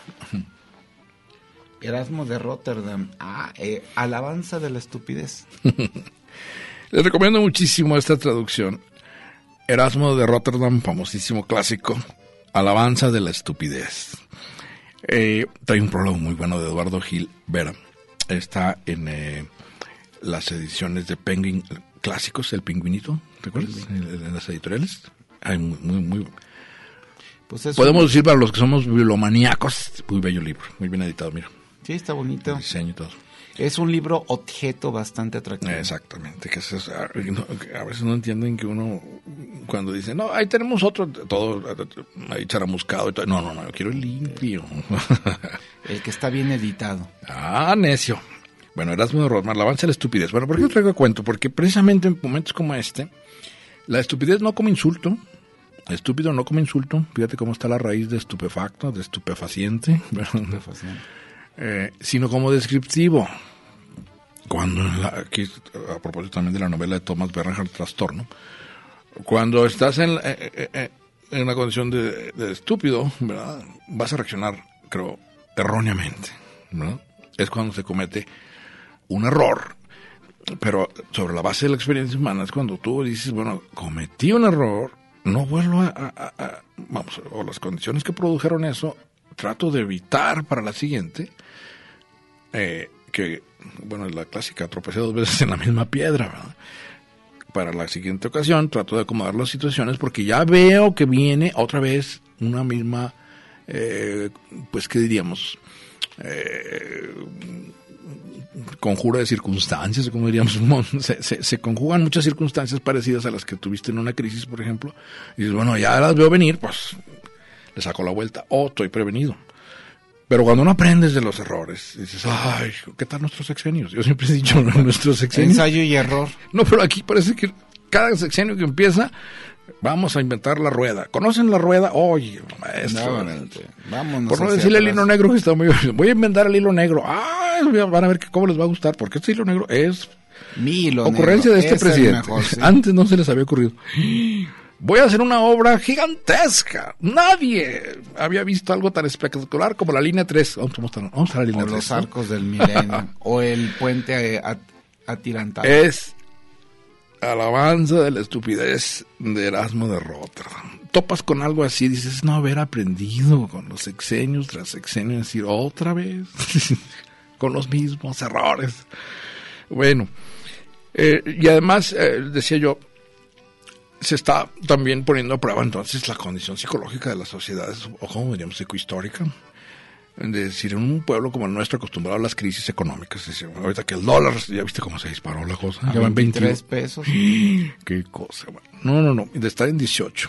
Erasmo de Rotterdam, ah, eh, Alabanza de la estupidez. Les recomiendo muchísimo esta traducción. Erasmo de Rotterdam, famosísimo clásico, Alabanza de la estupidez. Eh, trae un prólogo muy bueno de Eduardo Gil Vera. Está en eh, las ediciones de Penguin clásicos, El Pingüinito, ¿te acuerdas? En, en las editoriales. Hay muy, muy, muy... Pues podemos un... decir para los que somos bibliomaníacos, muy bello libro, muy bien editado, mira. Sí, está bonito. El diseño y todo. Es un libro objeto bastante atractivo. Exactamente, que, es, que a veces no entienden que uno, cuando dice, no, ahí tenemos otro, todo, ahí charamuscado y todo. No, no, no, yo quiero el limpio. El que está bien editado. Ah, necio. Bueno, Erasmo de Rotterdam, Alabanza de la estupidez. Bueno, ¿por qué traigo cuento? Porque precisamente en momentos como este, la estupidez no como insulto, estúpido no como insulto, fíjate cómo está la raíz de estupefacto, de estupefaciente, estupefaciente. Eh, sino como descriptivo. Cuando, la, aquí, a propósito también de la novela de Thomas Bernhard, Trastorno, cuando estás en, eh, eh, en una condición de, de estúpido, ¿verdad? Vas a reaccionar, creo, erróneamente, ¿no? Es cuando se comete un error, pero sobre la base de la experiencia humana es cuando tú dices, bueno, cometí un error, no vuelvo a, a, a vamos, o las condiciones que produjeron eso, trato de evitar para la siguiente, eh, que, bueno, la clásica, tropecé dos veces en la misma piedra, ¿verdad? Para la siguiente ocasión trato de acomodar las situaciones porque ya veo que viene otra vez una misma, eh, pues, ¿qué diríamos? Eh, conjuro de circunstancias, como diríamos, se, se, se conjugan muchas circunstancias parecidas a las que tuviste en una crisis, por ejemplo, y dices, bueno, ya las veo venir, pues le saco la vuelta, o oh, estoy prevenido. Pero cuando no aprendes de los errores, dices, ay, ¿qué tal nuestros sexenios? Yo siempre he dicho, ¿no? Nuestros sexenios. Ensayo y error. No, pero aquí parece que cada sexenio que empieza, vamos a inventar la rueda. ¿Conocen la rueda? Oye, maestro. No, vámonos. Por no decirle el hilo negro que está muy... Voy a inventar el hilo negro. Ah, van a ver que cómo les va a gustar, porque este hilo negro es... Mi hilo ocurrencia negro. de este es presidente. Mejor, sí. Antes no se les había ocurrido. Voy a hacer una obra gigantesca. Nadie había visto algo tan espectacular como la línea tres. Vamos a mostrar, vamos a la línea o tres. Los arcos del milenio. O el puente at- atirantado. Es Alabanza de la estupidez de Erasmo de Rotterdam. Topas con algo así, dices, no haber aprendido con los sexenios tras sexenios, decir otra vez, con los mismos errores. Bueno, eh, y además, eh, decía yo, se está también poniendo a prueba entonces la condición psicológica de las sociedades, o como diríamos, psicohistórica. Es decir, en un pueblo como el nuestro, acostumbrado a las crisis económicas, es decir, ahorita que el dólar, ya viste cómo se disparó la cosa, ya van veintitrés pesos. Qué cosa, bueno. No, no, no, de estar en dieciocho.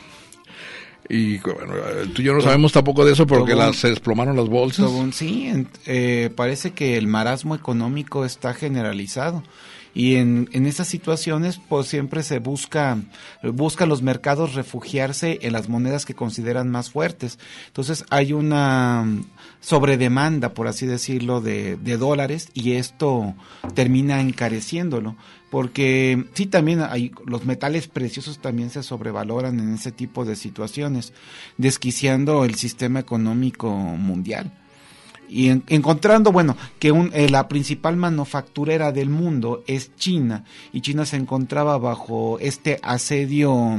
Y bueno, tú y yo no sabemos tampoco de eso porque las, se desplomaron las bolsas. Sí, eh, parece que el marasmo económico está generalizado. Y en, en esas situaciones, pues siempre se busca, busca los mercados refugiarse en las monedas que consideran más fuertes. Entonces hay una sobredemanda, por así decirlo, de, de dólares, y esto termina encareciéndolo. Porque sí, también hay, los metales preciosos también se sobrevaloran en ese tipo de situaciones, desquiciando el sistema económico mundial. Y en, encontrando, bueno, que un, eh, la principal manufacturera del mundo es China, y China se encontraba bajo este asedio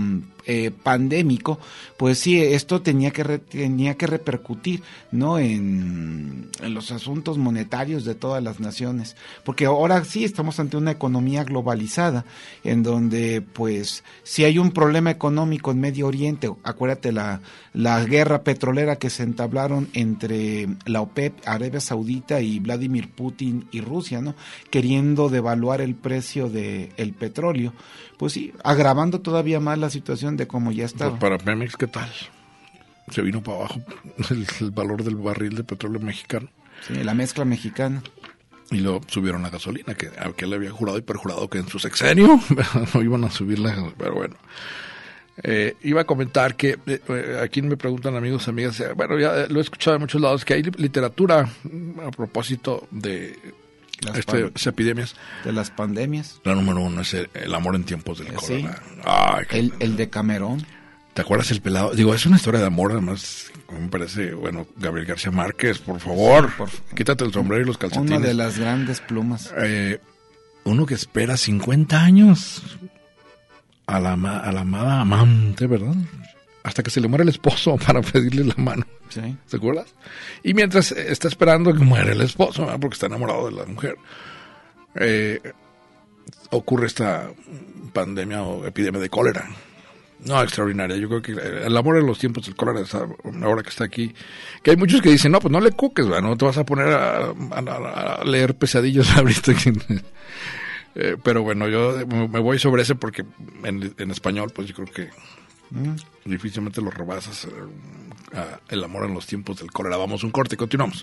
eh, pandémico, pues sí, esto tenía que re, tenía que repercutir, ¿no? En, en los asuntos monetarios de todas las naciones, porque ahora sí estamos ante una economía globalizada, en donde pues si hay un problema económico en Medio Oriente, acuérdate la, la guerra petrolera que se entablaron entre la OPEP, Arabia Saudita y Vladimir Putin y Rusia, ¿no? Queriendo devaluar el precio de el petróleo, pues sí, agravando todavía más la situación de cómo ya estaba. Pues para Pemex, ¿qué tal? Se vino para abajo el, el valor del barril de petróleo mexicano. Sí, la mezcla mexicana. Y luego subieron la gasolina, que aunque él había jurado y perjurado que en su sexenio no iban a subirla, pero bueno. Eh, iba a comentar que eh, aquí me preguntan amigos y amigas, eh, bueno, ya lo he escuchado de muchos lados, que hay literatura a propósito de las este, pan- epidemias. De las pandemias. La número uno es el, el amor en tiempos del sí. cólera. Ay, el, el de Camerón. ¿Te acuerdas el pelado? Digo, es una historia de amor, además, me parece, bueno, Gabriel García Márquez, por favor, sí, por, quítate el sombrero y los calcetines. Una de las grandes plumas. Eh, uno que espera cincuenta años a la, a la amada amante, ¿verdad? Hasta que se le muere el esposo para pedirle la mano. Sí. ¿Te acuerdas? Y mientras está esperando que muera el esposo, ¿verdad? Porque está enamorado de la mujer, eh, ocurre esta pandemia o epidemia de cólera. No, extraordinaria. Yo creo que el amor en los tiempos del cólera, ahora que está aquí, que hay muchos que dicen, no, pues no le cuques, ¿verdad? No te vas a poner a, a, a leer pesadillos ahorita. eh, pero bueno, yo me voy sobre ese porque en, en español, pues yo creo que mm. difícilmente lo rebasas, eh, a, el amor en los tiempos del cólera. Vamos, un corte y continuamos.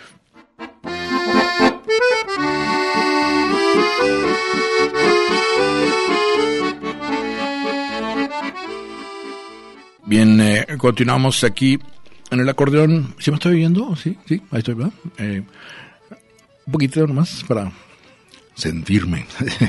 Bien, eh, continuamos aquí en el acordeón. ¿Sí me estoy oyendo? Sí, sí, ahí estoy, ¿verdad? Eh, un poquito nomás para sentirme.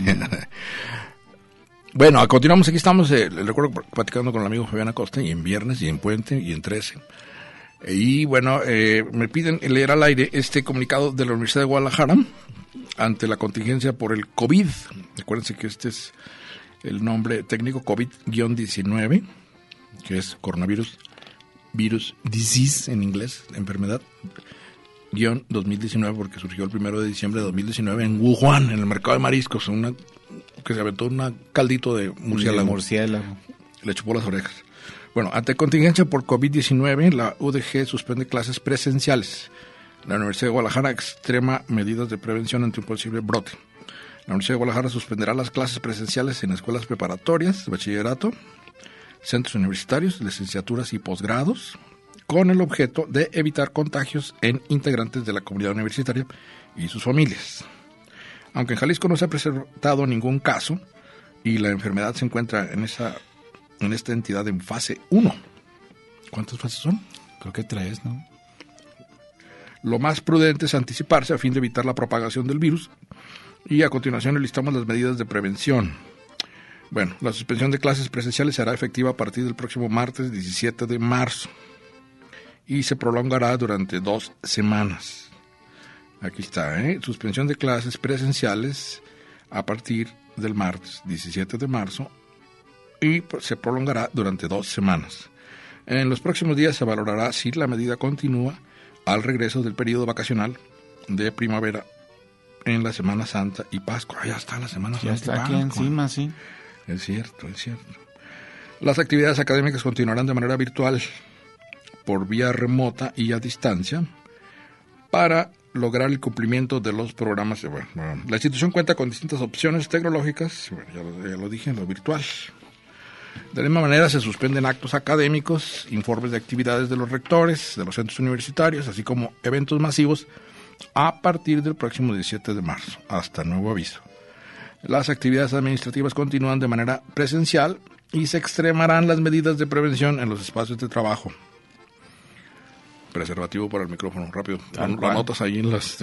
Bueno, continuamos, aquí estamos, eh, les recuerdo platicando con el amigo Fabián Acosta, y en viernes, y en Puente, y en trece. Y bueno, eh, me piden leer al aire este comunicado de la Universidad de Guadalajara ante la contingencia por el COVID. Acuérdense que este es el nombre técnico, COVID diecinueve, que es coronavirus, virus disease en inglés, enfermedad, guión dos mil diecinueve, porque surgió el primero de diciembre de dos mil diecinueve en Wuhan, en el mercado de mariscos, una, que se aventó un caldito de murciélago. De murciélago. Le chupó las orejas. Bueno, ante contingencia por COVID diecinueve, la U D G suspende clases presenciales. La Universidad de Guadalajara extrema medidas de prevención ante un posible brote. La Universidad de Guadalajara suspenderá las clases presenciales en escuelas preparatorias, bachillerato, centros universitarios, licenciaturas y posgrados, con el objeto de evitar contagios en integrantes de la comunidad universitaria y sus familias. Aunque en Jalisco no se ha presentado ningún caso y la enfermedad se encuentra en esa en esta entidad en fase uno. ¿Cuántas fases son? Creo que tres, ¿no? Lo más prudente es anticiparse a fin de evitar la propagación del virus, y a continuación enlistamos las medidas de prevención. Bueno, la suspensión de clases presenciales será efectiva a partir del próximo martes diecisiete de marzo y se prolongará durante dos semanas. Aquí está, ¿eh? Suspensión de clases presenciales a partir del martes diecisiete de marzo y se prolongará durante dos semanas. En los próximos días se valorará si la medida continúa al regreso del periodo vacacional de primavera en la Semana Santa y Pascua. Ah, ya está la Semana ya Santa. Ya está aquí encima, sí. Es cierto, es cierto. Las actividades académicas continuarán de manera virtual, por vía remota y a distancia, para lograr el cumplimiento de los programas. Bueno, la institución cuenta con distintas opciones tecnológicas, bueno, ya, lo, ya lo dije, en lo virtual. De la misma manera se suspenden actos académicos, informes de actividades de los rectores, de los centros universitarios, así como eventos masivos a partir del próximo diecisiete de marzo, hasta nuevo aviso. Las actividades administrativas continúan de manera presencial y se extremarán las medidas de prevención en los espacios de trabajo. Preservativo para el micrófono, rápido. Lo anotas ahí en las...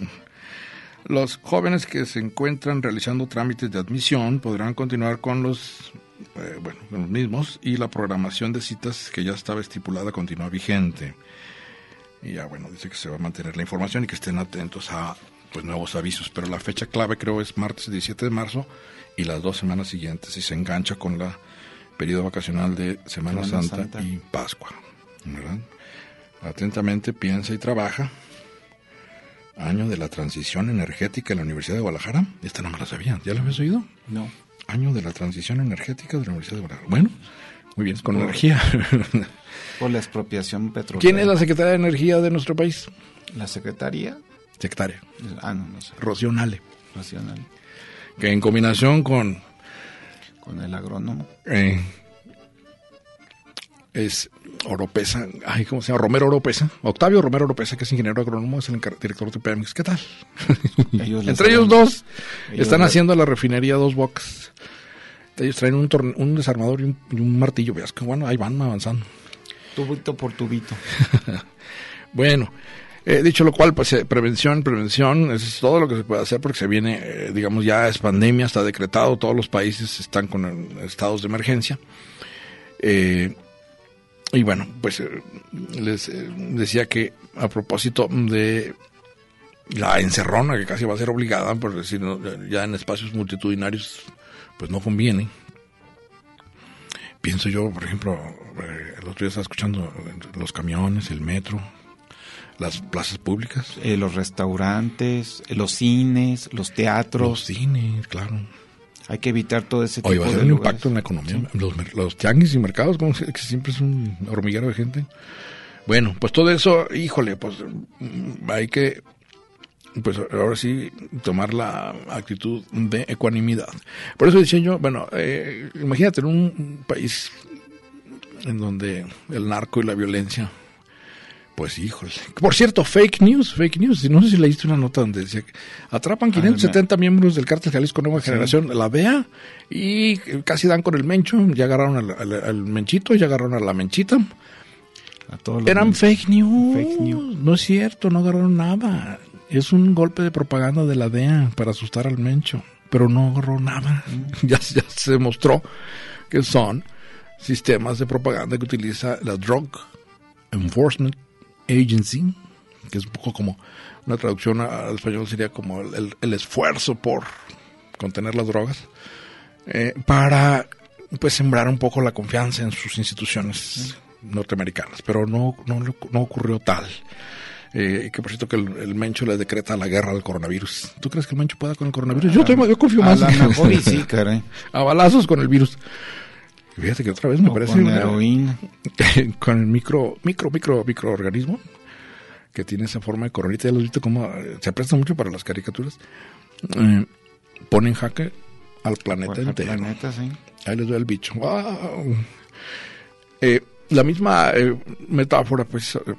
Los jóvenes que se encuentran realizando trámites de admisión podrán continuar con los, eh, bueno, con los mismos, y la programación de citas que ya estaba estipulada continúa vigente. Y ya, bueno, dice que se va a mantener la información y que estén atentos a pues nuevos avisos, pero la fecha clave creo es martes diecisiete de marzo y las dos semanas siguientes, y se engancha con la periodo vacacional de Semana, Semana Santa, Santa y Pascua, ¿verdad? Atentamente piensa y trabaja. Año de la transición energética en la Universidad de Guadalajara. Esta no me la sabía. ¿Ya la habías oído? No. Año de la transición energética de la Universidad de Guadalajara. Bueno, muy bien, con Por- energía. Por la expropiación petrolera. ¿Quién es la secretaria de Energía de nuestro país? La secretaría? Secretaria. Ah, no, no sé. Rocío Nale. Nacional. Que en combinación con... Con el agrónomo. Eh, es Oropesa, ay, ¿cómo se llama? Romero Oropesa, Octavio Romero Oropesa, que es ingeniero agrónomo, es el encar- director de Pemex. ¿Qué tal? Ellos les Entre ellos dan- dos ellos están les- haciendo la refinería Dos Bocas. Ellos traen un, torne- un desarmador y un, y un martillo. Veas que bueno, ahí van avanzando. Tubito por tubito. Bueno, eh, dicho lo cual, pues eh, prevención, prevención, eso es todo lo que se puede hacer porque se viene, eh, digamos, ya es pandemia, está decretado, todos los países están con eh, estados de emergencia. Eh, y bueno, pues eh, les eh, decía que a propósito de la encerrona, que casi va a ser obligada, por decir, ¿no? Ya en espacios multitudinarios, pues no conviene. Pienso yo, por ejemplo, eh, el otro día estaba escuchando los camiones, el metro, las plazas públicas. Eh, los restaurantes, eh, los cines, los teatros. Los cines, claro. Hay que evitar todo ese tipo Oye, va a de ser un lugares. impacto en la economía. Los, mer- los tianguis y mercados, como que siempre es un hormiguero de gente. Bueno, pues todo eso, híjole, pues mm, hay que, pues ahora sí, tomar la actitud de ecuanimidad. Por eso decía yo, bueno, eh, imagínate en un país en donde el narco y la violencia, pues híjole. Por cierto, fake news, fake news. No sé si leíste una nota donde decía que atrapan quinientos setenta Ay, me... miembros del Cártel Jalisco Nueva sí. Generación, la D E A, y casi dan con el Mencho. Ya agarraron al, al, al Menchito, ya agarraron a la Menchita. A todos los Eran men... fake news. fake news. No es cierto, no agarraron nada. Es un golpe de propaganda de la D E A para asustar al Mencho. Pero no agarró nada. Mm. ya, ya se demostró que son sistemas de propaganda que utiliza la Drug Enforcement Agency, que es un poco como una traducción al español sería como el, el, el esfuerzo por contener las drogas, eh, para pues sembrar un poco la confianza en sus instituciones norteamericanas, pero no, no, no ocurrió tal. Eh, que por cierto que el, el Mencho le decreta la guerra al coronavirus. ¿Tú crees que el Mencho pueda con el coronavirus? Yo, tengo, yo confío a más. A lo mejor y sí, caray. A balazos con el virus. Fíjate que otra vez me o parece con una, heroína. con el micro, micro, micro, microorganismo que tiene esa forma de coronita. Ya lo has visto cómo se presta mucho para las caricaturas. Eh, pone en jaque al planeta pues entero. Al planeta, sí. Ahí les doy el bicho. ¡Wow! Eh, la misma eh, metáfora, pues, eh,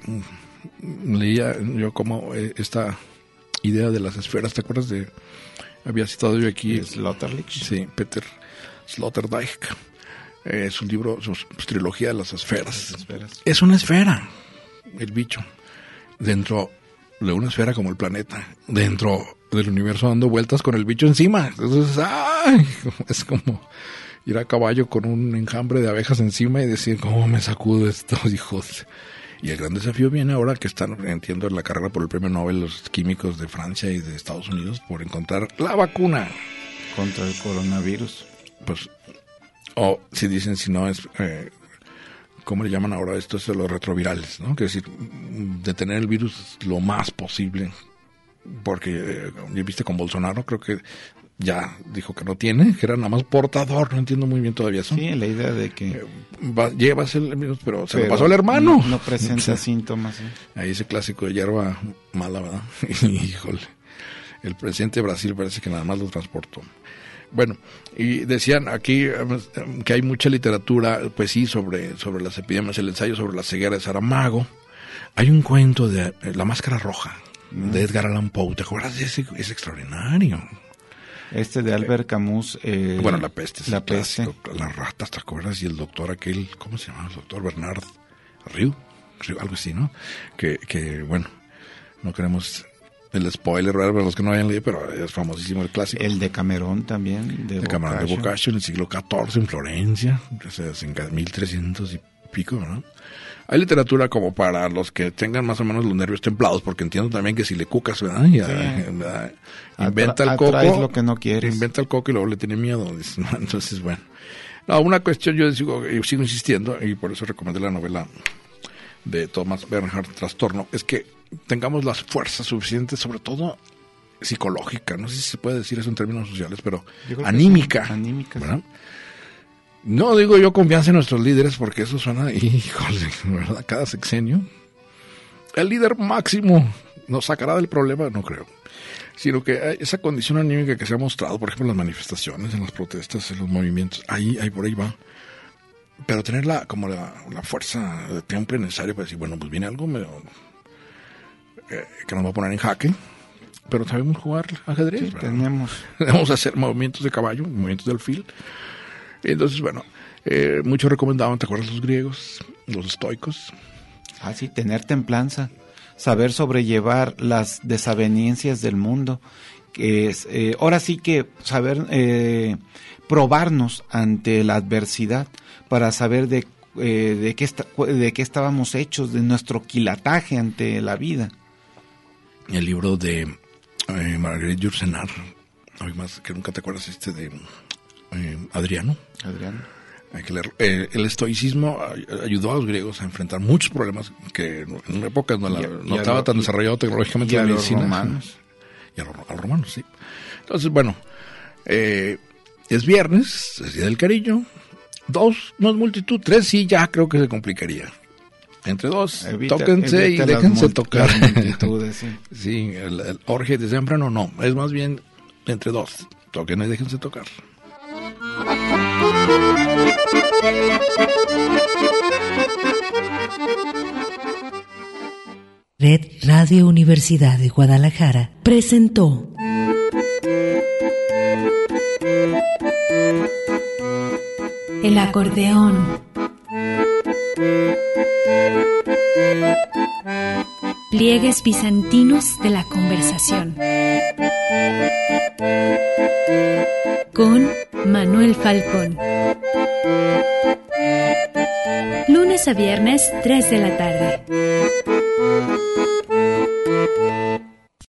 leía yo como eh, esta idea de las esferas. ¿Te acuerdas de? Había citado yo aquí. Sloterdijk. Sí, Peter Sloterdijk. Eh, su libro, su, su trilogía de las esferas. las esferas. Es una esfera, el bicho. Dentro de una esfera como el planeta. Dentro del universo dando vueltas con el bicho encima. Entonces, ¡ay! Es como ir a caballo con un enjambre de abejas encima y decir, ¿cómo me sacudo estos hijos? Y el gran desafío viene ahora que están, entiendo, en la carrera por el premio Nobel los químicos de Francia y de Estados Unidos por encontrar la vacuna contra el coronavirus. Pues, o si dicen, si no es, eh, ¿cómo le llaman ahora esto? Es de los retrovirales, ¿no? Que es decir, detener el virus lo más posible. Porque, eh, viste con Bolsonaro, creo que ya dijo que no tiene, que era nada más portador, no entiendo muy bien todavía eso. Sí, la idea de que... Eh, va, llevas el virus, pero se pero lo pasó al hermano. No, no presenta síntomas. ¿Sí? Ahí ese clásico de hierba mala, ¿verdad? Híjole. El presidente de Brasil parece que nada más lo transportó. Bueno, y decían aquí que hay mucha literatura, pues sí, sobre, sobre las epidemias, el ensayo sobre la ceguera de Saramago. Hay un cuento de La Máscara Roja, mm. de Edgar Allan Poe. ¿Te acuerdas de ese? Es extraordinario. Este de Albert Camus. Eh, bueno, La Peste. Es la el clásico. Peste. Las ratas, ¿te acuerdas? Y el doctor aquel, ¿cómo se llama? El doctor Bernard Rieu, Rieu algo así, ¿no? Que, que, bueno, no queremos... El spoiler, ¿verdad? Para los que no hayan leído, pero es famosísimo el clásico. El de Camerón también. De el Camerón de Boccaccio en el siglo catorce en Florencia, o sea, en mil trescientos y pico, ¿no? Hay literatura como para los que tengan más o menos los nervios templados, porque entiendo también que si le cucas, ¿verdad? Ya, sí. ¿verdad? Inventa Atra- el coco. Lo que no quieres. Inventa el coco y luego le tiene miedo. Entonces, bueno. No, una cuestión, yo sigo, yo sigo insistiendo, y por eso recomendé la novela de Thomas Bernhard, Trastorno, es que tengamos las fuerzas suficientes, sobre todo psicológica, no sé si se puede decir eso en términos sociales, pero anímica, sí, anímica, ¿verdad? No digo yo confianza en nuestros líderes, porque eso suena, híjole, ¿verdad? Cada sexenio. El líder máximo nos sacará del problema, no creo. Sino que esa condición anímica que se ha mostrado, por ejemplo, en las manifestaciones, en las protestas, en los movimientos, ahí, ahí por ahí va. Pero tener la, como la, la fuerza de tiempo necesaria para decir, bueno, pues viene algo medio, eh, que nos va a poner en jaque. Pero sabemos jugar ajedrez. Sí, tenemos. Vamos a hacer movimientos de caballo, movimientos de alfil. Entonces, bueno, eh, muchos recomendaban, ¿te acuerdas los griegos, los estoicos? Ah, sí, tener templanza, saber sobrellevar las desavenencias del mundo. Que es, eh, ahora sí que saber eh, probarnos ante la adversidad para saber de, eh, de, qué está, de qué estábamos hechos, de nuestro quilataje ante la vida. El libro de eh, Marguerite Yourcenar, hoy más que nunca te acuerdas este de eh, Adriano. Adriano. Hay que leer. Eh, el estoicismo ayudó a los griegos a enfrentar muchos problemas que en una época no, la, no estaba lo, tan desarrollado tecnológicamente la medicina. Y a los romanos. Y a los, a los romanos, sí. Entonces, bueno, eh, es viernes, es Día del Cariño. Dos, no es multitud. Tres, sí, ya creo que se complicaría. Entre dos, evita, tóquense evita y déjense multi- tocar. Sí, sí el, el orge de temprano no, es más bien entre dos, toquen y déjense tocar. Red Radio Universidad de Guadalajara presentó El acordeón. Pliegues bizantinos de la conversación. Con Manuel Falcón. Lunes a viernes, tres de la tarde.